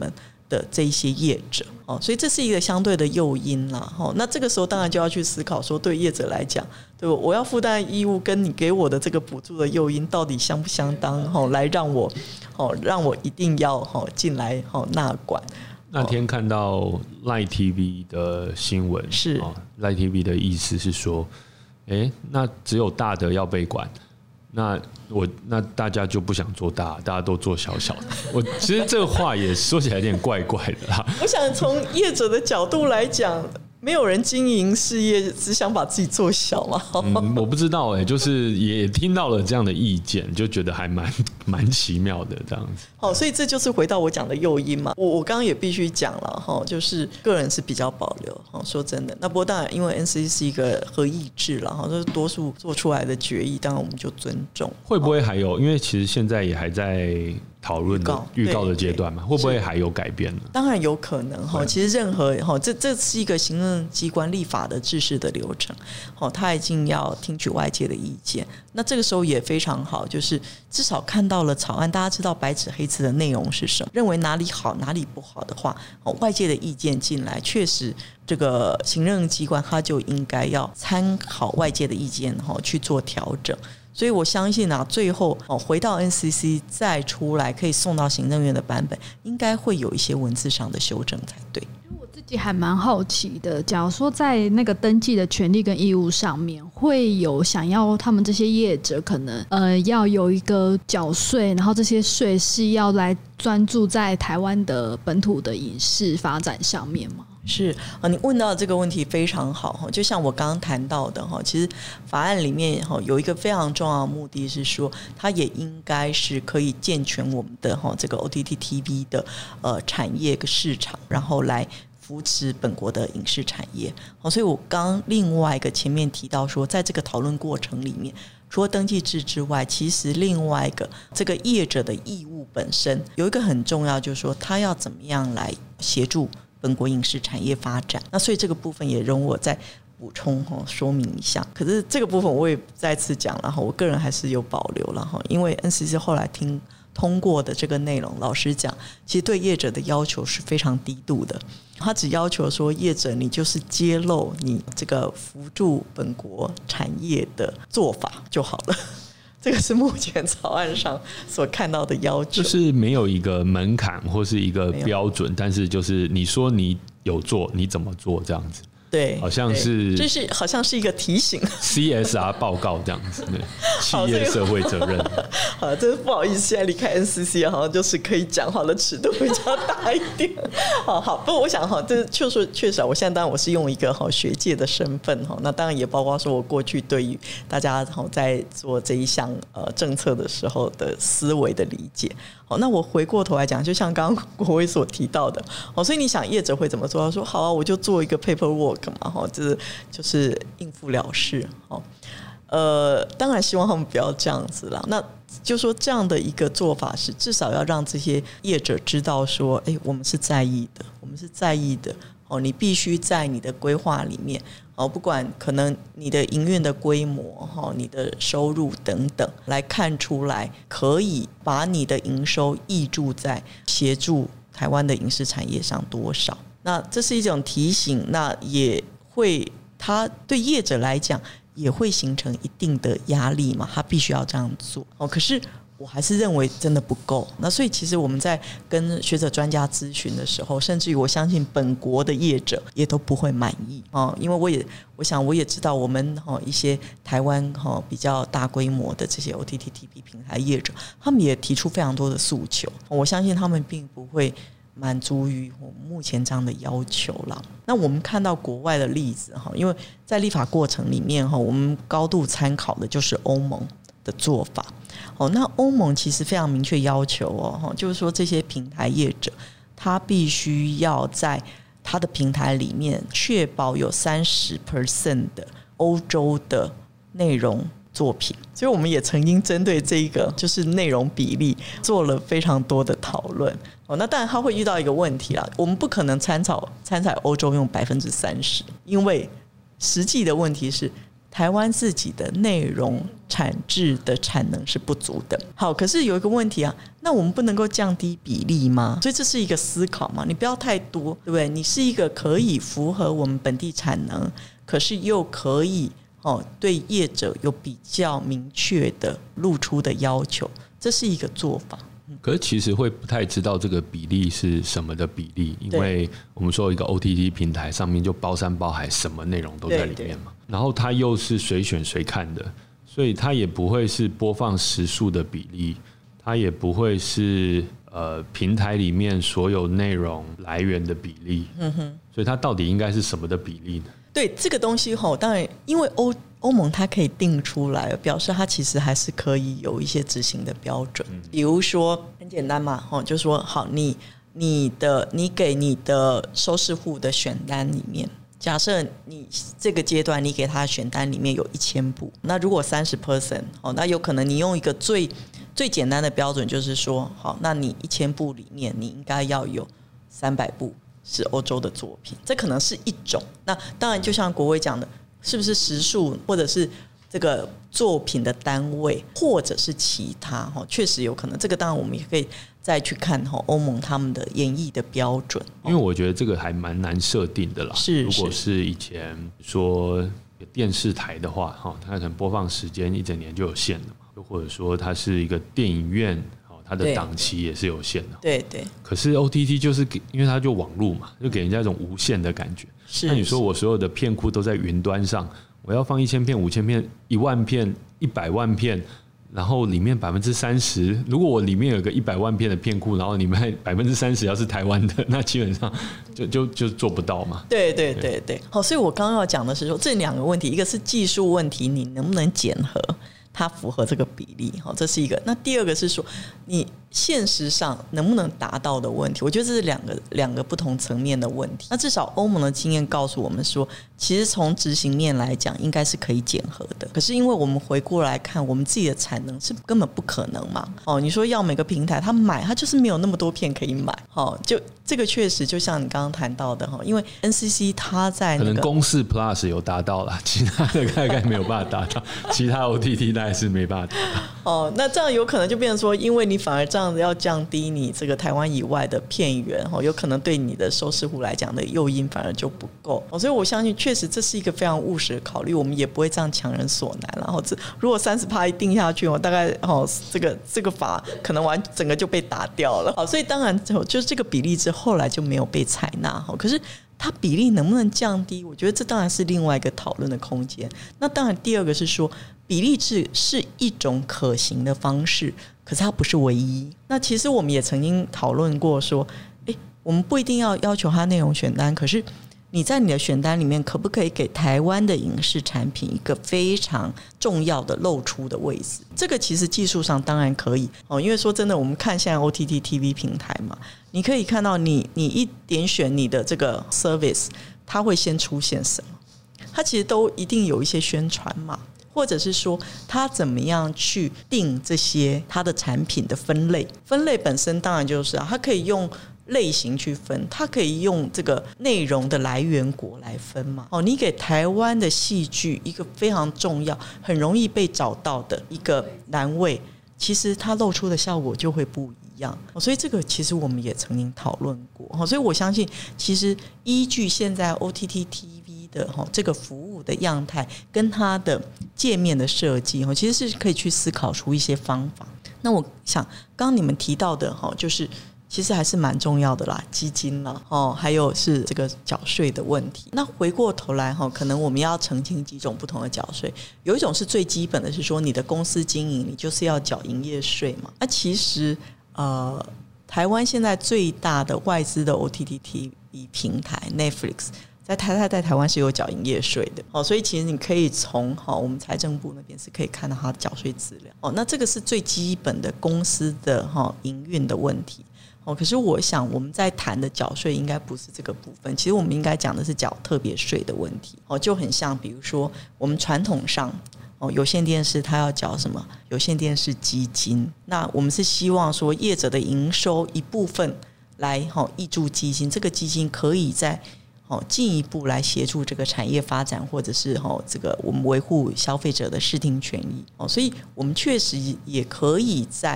的这一些业者哦，所以这是一个相对的诱因啦。哦，那这个时候当然就要去思考说，对业者来讲，对吧？我要负担义务跟你给我的这个补助的诱因到底相不相当？哦，来让我哦让我一定要哦进来哦纳管。 那天看到 Line T V 的新闻， 是、 哦、Line T V 的意思是说，哎，那只有大的要被管。那我那大家就不想做大，大家都做小小的。我其实这个话也说起来有点怪怪的啦。 我想从业者的角度来讲，没有人经营事业只想把自己做小嘛。 嗯，我不知道哎、欸，就是也听到了这样的意见，就觉得还蛮蛮奇妙的这样子。 好，所以这就是回到我讲的诱因嘛。我我刚刚也必须讲了哈，就是个人是比较保留哈。说真的，那不过当然，因为 N C C 是一个合议制了哈，就是多数做出来的决议，当然我们就尊重。 会不会还有？因为其实现在也还在讨论的预告的阶段嘛，会不会还有改变呢？当然有可能哈。其实任何哈，这这是一个行政机关立法的制式的流程，哈，他已经要听取外界的意见。那这个时候也非常好，就是至少看到了草案，大家知道白纸黑字的内容是什么，认为哪里好哪里不好的话，外界的意见进来，确实这个行政机关他就应该要参考外界的意见哈去做调整。所以我相信啊，最后回到 N C C 再出来可以送到行政院的版本，应该会有一些文字上的修正才对。 我自己还蛮好奇的，假如说在那个登记的权利跟义务上面，会有想要他们这些业者可能呃要有一个缴税，然后这些税是要来专注在台湾的本土的影视发展上面吗？ 是啊，你问到的这个问题非常好，就像我刚刚谈到的，其实法案里面有一个非常重要的目的是说，它也应该是可以健全我们的这个 O T T T V 的呃产业跟市场，然后来扶持本国的影视产业。所以我刚另外一个前面提到说，在这个讨论过程里面，除了登记制之外，其实另外一个这个业者的义务本身有一个很重要，就是说他要怎么样来协助本国影视产业发展。那所以这个部分也容我再补充说明一下。可是这个部分我也再次讲了，我个人还是有保留了，因为 N C C 后来听通过的这个内容，老实讲，其实对业者的要求是非常低度的。他只要求说，业者你就是揭露你这个扶助本国产业的做法就好了。这个是目前草案上所看到的要求， 就是没有一个门槛或是一个标准，但是就是你说你有做，你怎么做这样子。 对， 好像是这是好像是一个提醒 ，C S R 报告这样子，对，企业社会责任。 好，真不好意思，现在离开 N C C 好像就是可以讲话的尺度比较大一点。好好，不过我想哈，这就是确实，我现在当然我是用一个哈学界的身份哈，那当然也包括说我过去对于大家哈在做这一项呃政策的时候的思维的理解。好，那我回过头来讲，就像刚刚国威所提到的，哦，所以你想业者会怎么做？他说好啊，我就做一个 paperwork 嘛，哈，就是就是应付了事，哦，呃，当然希望他们不要这样子啦。那就说这样的一个做法是，至少要让这些业者知道说，哎，我们是在意的，我们是在意的。哦，你必须在你的规划里面，哦，不管可能你的营运的规模，哦，你的收入等等，来看出来，可以把你的营收挹注在协助台湾的影视产业上多少。那这是一种提醒，那也会，它对业者来讲也会形成一定的压力嘛，他必须要这样做。哦，可是我还是认为真的不够。那所以其实我们在跟学者专家咨询的时候，甚至于我相信本国的业者也都不会满意，哦，因为我也我想我也知道我们，哦，一些台湾，哦，比较大规模的这些 O T T T V 平台业者，他们也提出非常多的诉求，我相信他们并不会满足于我目前这样的要求了。那我们看到国外的例子，因为在立法过程里面我们高度参考的就是欧盟的做法。那欧盟其实非常明确要求哦，就是说这些平台业者他必须要在他的平台里面确保有 百分之三十 的欧洲的内容作品。所以我们也曾经针对这个就是内容比例做了非常多的讨论。那当然他会遇到一个问题啦，我们不可能参考参采欧洲用 百分之三十， 因为实际的问题是台湾自己的内容产制的产能是不足的。好，可是有一个问题啊，那我们不能够降低比例吗？所以这是一个思考嘛，你不要太多，对不对？你是一个可以符合我们本地产能，可是又可以哦对业者有比较明确的露出的要求，这是一个做法。 可是其实会不太知道这个比例是什么的比例，因为我们说一个 O T T 平台上面就包山包海，什么内容都在里面嘛，然后它又是随选随看的，所以它也不会是播放时数的比例，它也不会是呃平台里面所有内容来源的比例，嗯哼，所以它到底应该是什么的比例呢？ 对这个东西吼，当然因为欧欧盟它可以定出来，表示它其实还是可以有一些执行的标准。嗯、比如说很简单嘛，吼，就说好，你你的你给你的收视户的选单里面，假设你这个阶段你给他的选单里面有一千部，那如果三十 percent， 哦，那有可能你用一个最最简单的标准，就是说，好，那你一千部里面你应该要有三百部是欧洲的作品，这可能是一种。那当然就像国威讲的，是不是时数或者是这个作品的单位或者是其他，确实有可能，这个当然我们也可以再去看欧盟他们的演绎的标准。 因为我觉得这个还蛮难设定的啦， 是， 如果是以前说电视台的话，它可能播放时间一整年就有限的嘛，又或者说它是一个电影院，它的档期也是有限的。 对对。 可是 O T T 就是给，因为它就网路嘛，就给人家一种无限的感觉。 是。 那你说我所有的片库都在云端上，我要放一千片、五千片、一万片、一百万片，然后里面百分之三十，如果我里面有个一百万片的片库，然后里面百分之三十要是台湾的，那基本上就就就做不到嘛。 对对对对。好，所以我刚刚要讲的是说，这两个问题，一个是技术问题，你能不能检核？它符合这个比例，这是一个。那第二个是说，你现实上能不能达到的问题，我觉得这是两个两个不同层面的问题。那至少欧盟的经验告诉我们说，其实从执行面来讲，应该是可以检核的。可是因为我们回过来看，我们自己的产能是根本不可能嘛。哦，你说要每个平台他买，他就是没有那么多片可以买。哦，就这个确实就像你刚刚谈到的，因为 N C C 它在、那个、 可能公视 Plus 有达到了，其他的大概没有办法达到，其他 O T T 大概是没办法达到。 哦，那这样有可能就变成说，因为你反而这样子要降低你这个台湾以外的片源，有可能对你的收视户来讲的诱因反而就不够。所以我相信确实这是一个非常务实的考虑，我们也不会这样强人所难。然后如果 百分之三十 一定下去，我大概这个这个法可能完整个就被打掉了。好，所以当然就是这个比例之后来就没有被采纳。可是它比例能不能降低，我觉得这当然是另外一个讨论的空间。那当然第二个是说，比例制是一种可行的方式，可是它不是唯一。那其实我们也曾经讨论过说，诶，我们不一定要要求它内容选单，可是你在你的选单里面可不可以给台湾的影视产品一个非常重要的露出的位置？这个其实技术上当然可以，因为说真的，我们看现在 O T T T V 平台嘛，你可以看到你你一点选你的这个 service， 它会先出现什么？它其实都一定有一些宣传嘛，或者是说它怎么样去定这些它的产品的分类？分类本身当然就是啊，它可以用类型去分，它可以用这个内容的来源国来分嘛。哦，你给台湾的戏剧一个非常重要、很容易被找到的一个栏位，其实它露出的效果就会不一样。所以这个其实我们也曾经讨论过。所以我相信，其实依据现在 O T T T V 的这个服务的样态跟它的界面的设计，其实是可以去思考出一些方法。那我想，刚刚你们提到的就是其实还是蛮重要的啦，基金啦，哦，还有是这个缴税的问题。那回过头来哈，可能我们要澄清几种不同的缴税。有一种是最基本的，是说你的公司经营，你就是要缴营业税嘛。那其实呃，台湾现在最大的外资的 O T T T V 平台 Netflix， 在台在在台湾是有缴营业税的。哦，所以其实你可以从好我们财政部那边是可以看到它缴税资料。哦，那这个是最基本的公司的哈营运的问题。哦，可是我想我们在谈的缴税应该不是这个部分，其实我们应该讲的是缴特别税的问题。哦，就很像比如说我们传统上哦，有线电视它要缴什么有线电视基金，那我们是希望说业者的营收一部分来哦挹注基金，这个基金可以在进一步来协助这个产业发展，或者是这个我们维护消费者的视听权益。所以我们确实也可以在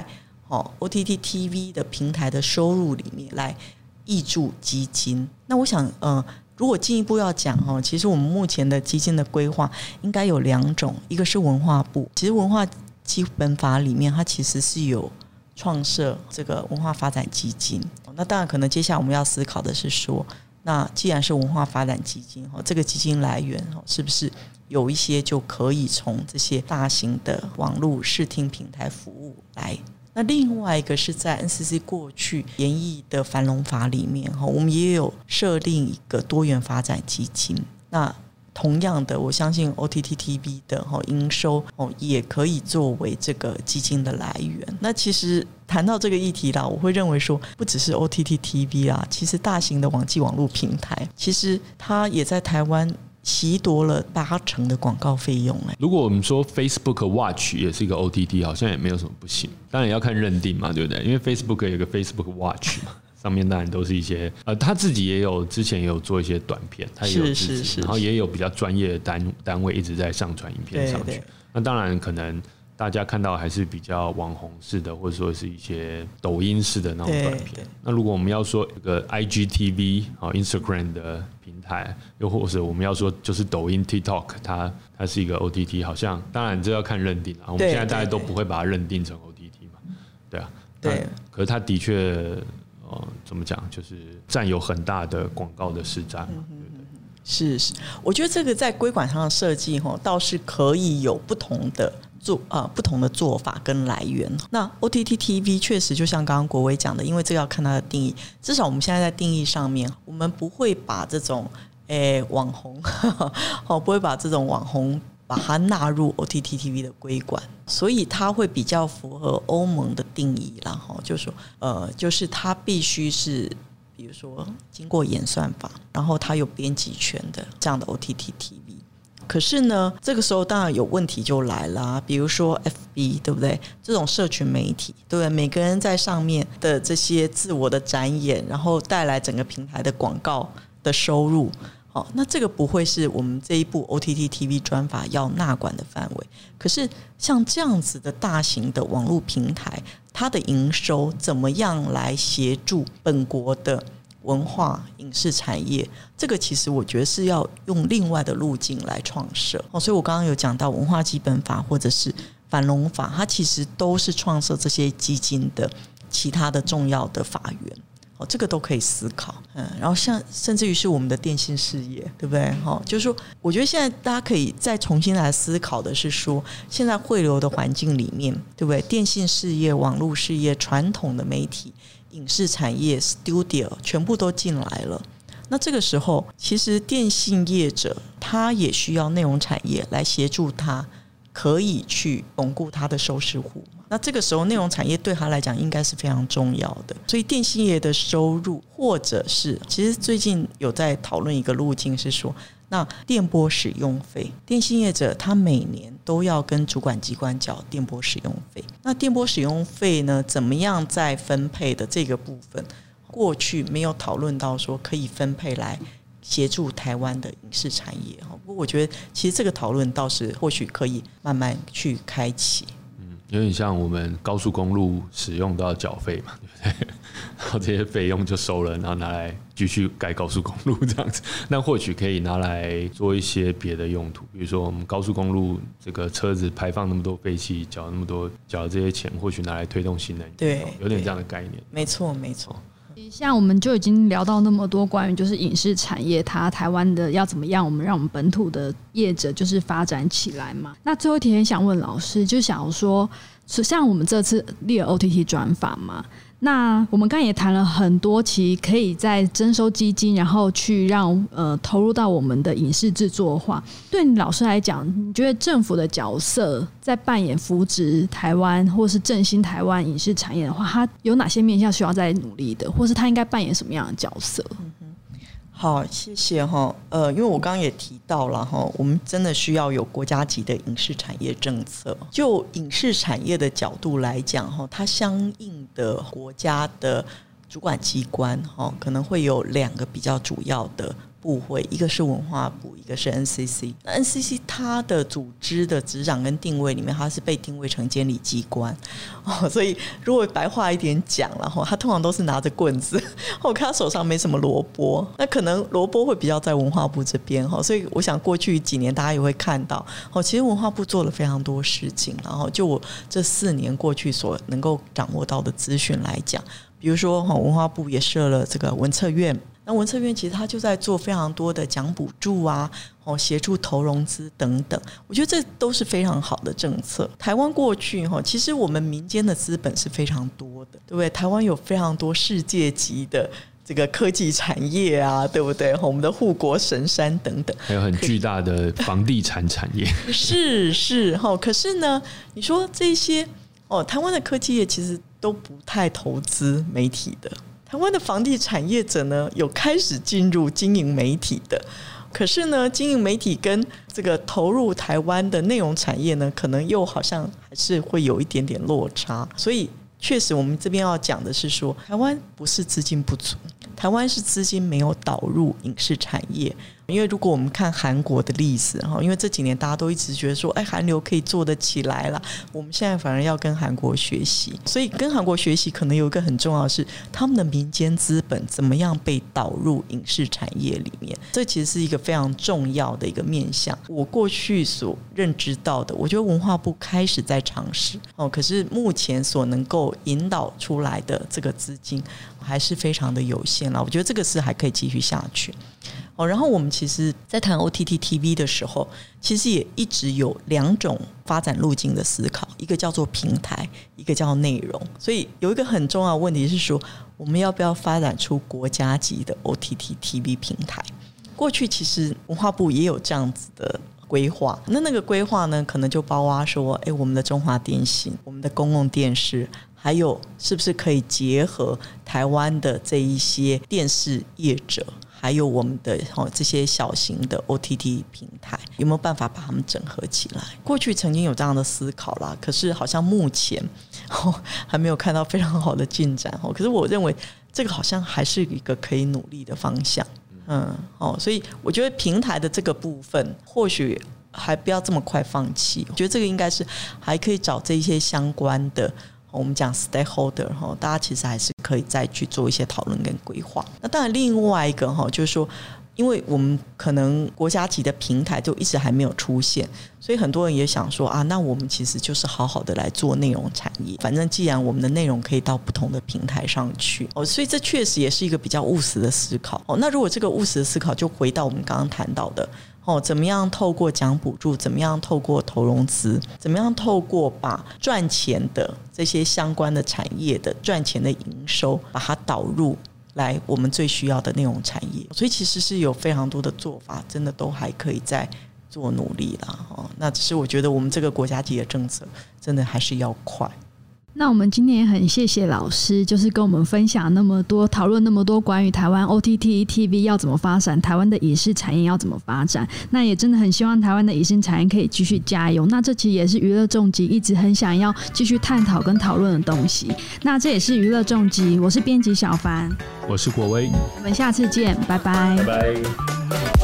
O T T T V 的平台的收入里面来挹注基金。那我想呃，如果进一步要讲，其实我们目前的基金的规划应该有两种，一个是文化部，其实文化基本法里面它其实是有创设这个文化发展基金。那当然可能接下来我们要思考的是说，那既然是文化发展基金，这个基金来源是不是有一些就可以从这些大型的网络视听平台服务来。那另外一个是在 N C C 过去研议的繁荣法里面，我们也有设定一个多元发展基金。那同样的，我相信 O T T T V 的营收也可以作为这个基金的来源。那其实谈到这个议题啦，我会认为说不只是 O T T T V 啦，其实大型的网际网络平台其实它也在台湾习夺了八成的广告费用。 如果我们说 Facebook Watch 也是一个 O T T， 好像也没有什么不行，当然要看认定嘛，对不对？因为 Facebook 有一个 Facebook Watch 嘛，上面当然都是一些呃，他自己也有之前也有做一些短片，他也有自己， 是是是， 然后也有比较专业的 单, 单位一直在上传影片上去。对对，那当然可能大家看到还是比较网红式的，或者说是一些抖音式的那种短片。那如果我们要说一个 I G T V 啊 Instagram 的平台，又或者我们要说就是抖音 TikTok， 它它是一个 O T T， 好像当然这要看认定啦。我们现在大家都不会把它认定成 O T T 嘛，对啊，对。可是它的确。呃，怎么讲，就是占有很大的广告的市占嘛，对不对？ 是是，我觉得这个在规管上的设计倒是可以有不同的做呃不同的做法跟来源。那 O T T T V 确实就像刚刚国维讲的，因为这个要看它的定义，至少我们现在在定义上面，我们不会把这种诶网红哦，不会把这种网红把它纳入 O T T T V 的规管，所以它会比较符合欧盟的定义啦，就是说呃，就是它必须是比如说经过演算法，然后它有编辑权的这样的 O T T T V。可是呢，这个时候当然有问题就来了，比如说 F B 对不对？这种社群媒体，对不对？每个人在上面的这些自我的展演，然后带来整个平台的广告的收入。哦、那这个不会是我们这一部 O T T T V 专法要纳管的范围。可是像这样子的大型的网络平台，它的营收怎么样来协助本国的文化影视产业，这个其实我觉得是要用另外的路径来创设。哦、所以我刚刚有讲到文化基本法或者是繁荣法，它其实都是创设这些基金的其他的重要的法源。哦，这个都可以思考，嗯，然后像甚至于是我们的电信事业，对不对？哦，就是说，我觉得现在大家可以再重新来思考的是说，现在汇流的环境里面，对不对？电信事业、网络事业、传统的媒体、影视产业、studio 全部都进来了。那这个时候，其实电信业者他也需要内容产业来协助他，可以去巩固他的收视户。那这个时候内容产业对他来讲应该是非常重要的，所以电信业的收入，或者是其实最近有在讨论一个路径是说，那电波使用费，电信业者他每年都要跟主管机关缴电波使用费，那电波使用费呢怎么样再分配的这个部分，过去没有讨论到说可以分配来协助台湾的影视产业。不过我觉得其实这个讨论倒是或许可以慢慢去开启。 有点像我们高速公路使用都要缴费嘛，对不对？然后这些费用就收了，然后拿来继续盖高速公路这样子。那或许可以拿来做一些别的用途，比如说我们高速公路这个车子排放那么多废气，缴那么多缴这些钱，或许拿来推动新能源， 对， 有点这样的概念。 没错，没错。 像我们就已经聊到那么多关于就是影视产业它台湾的要怎么样，我们让我们本土的业者就是发展起来嘛。那最后一题很想问老师，就想说像我们这次立了 O T T 专法嘛，那我们刚才也谈了很多期可以在征收基金，然后去让呃投入到我们的影视制作化。对你老师来讲，你觉得政府的角色在扮演扶植台湾或是振兴台湾影视产业的话，它有哪些面向需要再努力的，或是它应该扮演什么样的角色？嗯好，谢谢哈。呃，因为我刚刚也提到了哈，我们真的需要有国家级的影视产业政策。就影视产业的角度来讲哈，它相应的国家的主管机关哈，可能会有两个比较主要的部会，一个是文化部，一个是 N C C。 那 N C C 它的组织的执掌跟定位里面，它是被定位成监理机关、哦、所以如果白话一点讲了，它通常都是拿着棍子，我看他手上没什么萝卜，那可能萝卜会比较在文化部这边，所以我想过去几年大家也会看到，其实文化部做了非常多事情，然后就我这四年过去所能够掌握到的资讯来讲，比如说文化部也设了这个文策院，那文策院其实他就在做非常多的奖补助啊，协助投融资等等，我觉得这都是非常好的政策。台湾过去其实我们民间的资本是非常多的，对不对？台湾有非常多世界级的这个科技产业啊，对不对？我们的护国神山等等， 还有很巨大的房地产产业。 是是，可是呢，你说这些哦，台湾的科技业其实都不太投资媒体的。台湾的房地产业者呢，有开始进入经营媒体的，可是呢，经营媒体跟这个投入台湾的内容产业呢，可能又好像还是会有一点点落差。所以确实我们这边要讲的是说，台湾不是资金不足，台湾是资金没有导入影视产业。因为如果我们看韩国的例子，因为这几年大家都一直觉得说，哎，韩流可以做得起来了，我们现在反而要跟韩国学习。所以跟韩国学习可能有一个很重要的是，他们的民间资本怎么样被导入影视产业里面，这其实是一个非常重要的一个面向。我过去所认知到的，我觉得文化部开始在尝试，哦，可是目前所能够引导出来的这个资金还是非常的有限了。我觉得这个是还可以继续下去。哦，然后我们其实在谈 O T T T V 的时候，其实也一直有两种发展路径的思考，一个叫做平台，一个叫内容。所以有一个很重要的问题是说，我们要不要发展出国家级的 O T T T V 平台？过去其实文化部也有这样子的规划，那那个规划呢，可能就包括说，哎，我们的中华电信，我们的公共电视，还有是不是可以结合台湾的这一些电视业者，还有我们的、哦、这些小型的 O T T 平台，有没有办法把它们整合起来？过去曾经有这样的思考啦，可是好像目前、哦、还没有看到非常好的进展、哦、可是我认为这个好像还是一个可以努力的方向。嗯，哦，所以我觉得平台的这个部分或许还不要这么快放弃，我觉得这个应该是还可以找这些相关的我们讲 stakeholder， 大家其实还是可以再去做一些讨论跟规划。那当然另外一个就是说，因为我们可能国家级的平台就一直还没有出现，所以很多人也想说啊，那我们其实就是好好的来做内容产业，反正既然我们的内容可以到不同的平台上去、哦、所以这确实也是一个比较务实的思考、哦、那如果这个务实的思考就回到我们刚刚谈到的哦，怎么样透过奖补助，怎么样透过投融资，怎么样透过把赚钱的这些相关的产业的赚钱的营收把它导入来我们最需要的内容产业。所以其实是有非常多的做法，真的都还可以再做努力啦、哦、那只是我觉得我们这个国家级的政策真的还是要快。 那我们今天也很谢谢老师，就是跟我们分享那么多，讨论那么多关于台湾 O T T T V 要怎么发展，台湾的影视产业要怎么发展。那也真的很希望台湾的影视产业可以继续加油。那这其实也是娱乐重击一直很想要继续探讨跟讨论的东西。那这也是娱乐重击，我是编辑小凡， 我是国威， 我们下次见，拜拜， 拜拜。